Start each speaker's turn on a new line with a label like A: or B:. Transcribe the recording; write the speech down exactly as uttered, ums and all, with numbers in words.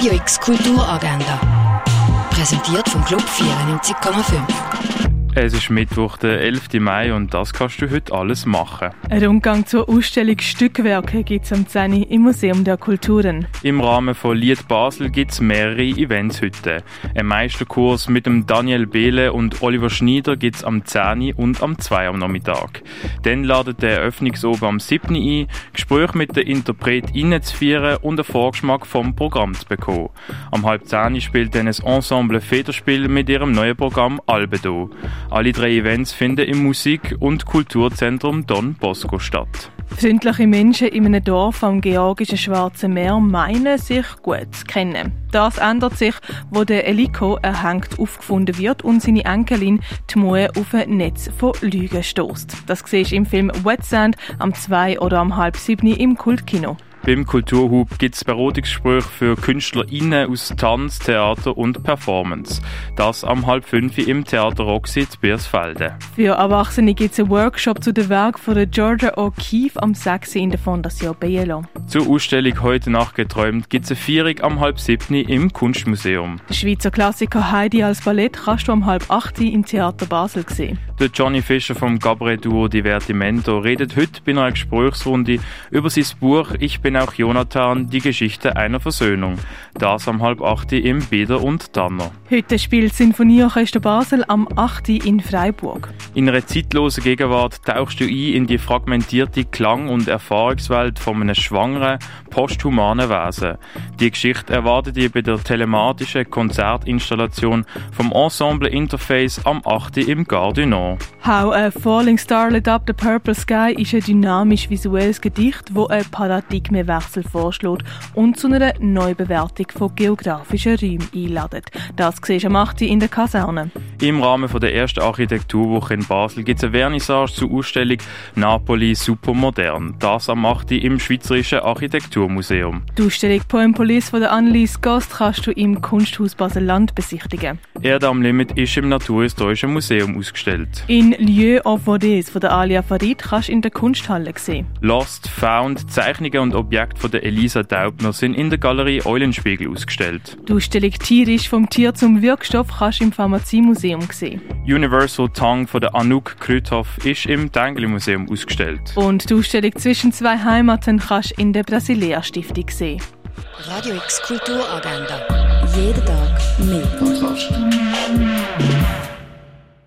A: Radio X Kulturagenda. Präsentiert vom Club vierundneunzig Komma fünf.
B: Es ist Mittwoch, der elften Mai, und das kannst du heute alles machen.
C: Ein Rundgang zur Ausstellung Stückwerke gibt es am zehn Uhr im Museum der Kulturen.
B: Im Rahmen von Lied Basel gibt es mehrere Events heute. Ein Meisterkurs mit dem Daniel Behle und Oliver Schneider gibt es am zehn Uhr und am zwei Uhr am Nachmittag. Dann ladet der Eröffnungsoben am siebten Uhr ein, Gespräche mit den InterpretInnen zu feiern und einen Vorgeschmack vom Programm zu bekommen. Am halb zehn Uhr spielt dann das Ensemble Federspiel mit ihrem neuen Programm Albedo. Alle drei Events finden im Musik- und Kulturzentrum Don Bosco statt.
C: Freundliche Menschen in einem Dorf am georgischen Schwarzen Meer meinen, sich gut zu kennen. Das ändert sich, wo der Eliko erhängt aufgefunden wird und seine Enkelin die Moe auf ein Netz von Lügen stößt. Das siehst du im Film Wet Sand am zwei oder am halb sieben im Kultkino.
B: Beim Kulturhub gibt es Beratungsgespräche für KünstlerInnen aus Tanz, Theater und Performance. Das am halb fünf im Theater Roxy in Biersfelde.
C: Für Erwachsene gibt es einen Workshop zu den Werken von der Georgia O'Keeffe am sechs in der Fondation Bielo.
B: Zur Ausstellung «Heute Nacht geträumt» gibt es eine Feierung am halb sieben im Kunstmuseum.
C: Der Schweizer Klassiker Heidi als Ballett kannst du am halb acht im Theater Basel sehen.
B: Der Johnny Fischer vom Cabaret-Duo Divertimento redet heute bei einer Gesprächsrunde über sein Buch «Ich bin auch Jonathan, die Geschichte einer Versöhnung». Das am halb acht im Beder und Danner.
C: Heute spielt das Sinfonieorchester Basel am acht in Freiburg.
B: In einer zeitlosen Gegenwart tauchst du ein in die fragmentierte Klang- und Erfahrungswelt von einem schwangeren, posthumanen Wesen. Die Geschichte erwartet ihr bei der telematischen Konzertinstallation vom Ensemble Interface am acht im Gare du Nord.
C: «How a Falling Star Lit Up the Purple Sky» ist ein dynamisch visuelles Gedicht, das einen Paradigmenwechsel vorschlägt und zu einer Neubewertung von geografischen Räumen einladet. Das siehst du am acht in der Kaserne.
B: Im Rahmen der ersten Architekturwoche in Basel gibt es eine Vernissage zur Ausstellung «Napoli supermodern». Das am acht im Schweizerischen Architekturmuseum.
C: Die Ausstellung «Poempolis» von der Annelies Gost kannst du im Kunsthaus Basel-Land besichtigen.
B: «Erde am Limit» ist im Naturhistorischen Museum ausgestellt.
C: In «Lieu of Vaudes» von der Alia Farid kannst du in der Kunsthalle sehen.
B: «Lost», «Found», Zeichnungen und Objekte von der Elisa Daubner sind in der Galerie Eulenspiegel ausgestellt.
C: Die Ausstellung «Tierisch vom Tier zum Wirkstoff» kannst du im Pharmaziemuseum sehen.
B: «Universal Tongue» von der Anouk Krüthoff ist im Tengeli Museum ausgestellt.
C: Und die Ausstellung «Zwischen zwei Heimaten» kannst du in der Brasilea Stiftung sehen.
A: Radio X Kulturagenda. Jeden Tag mehr.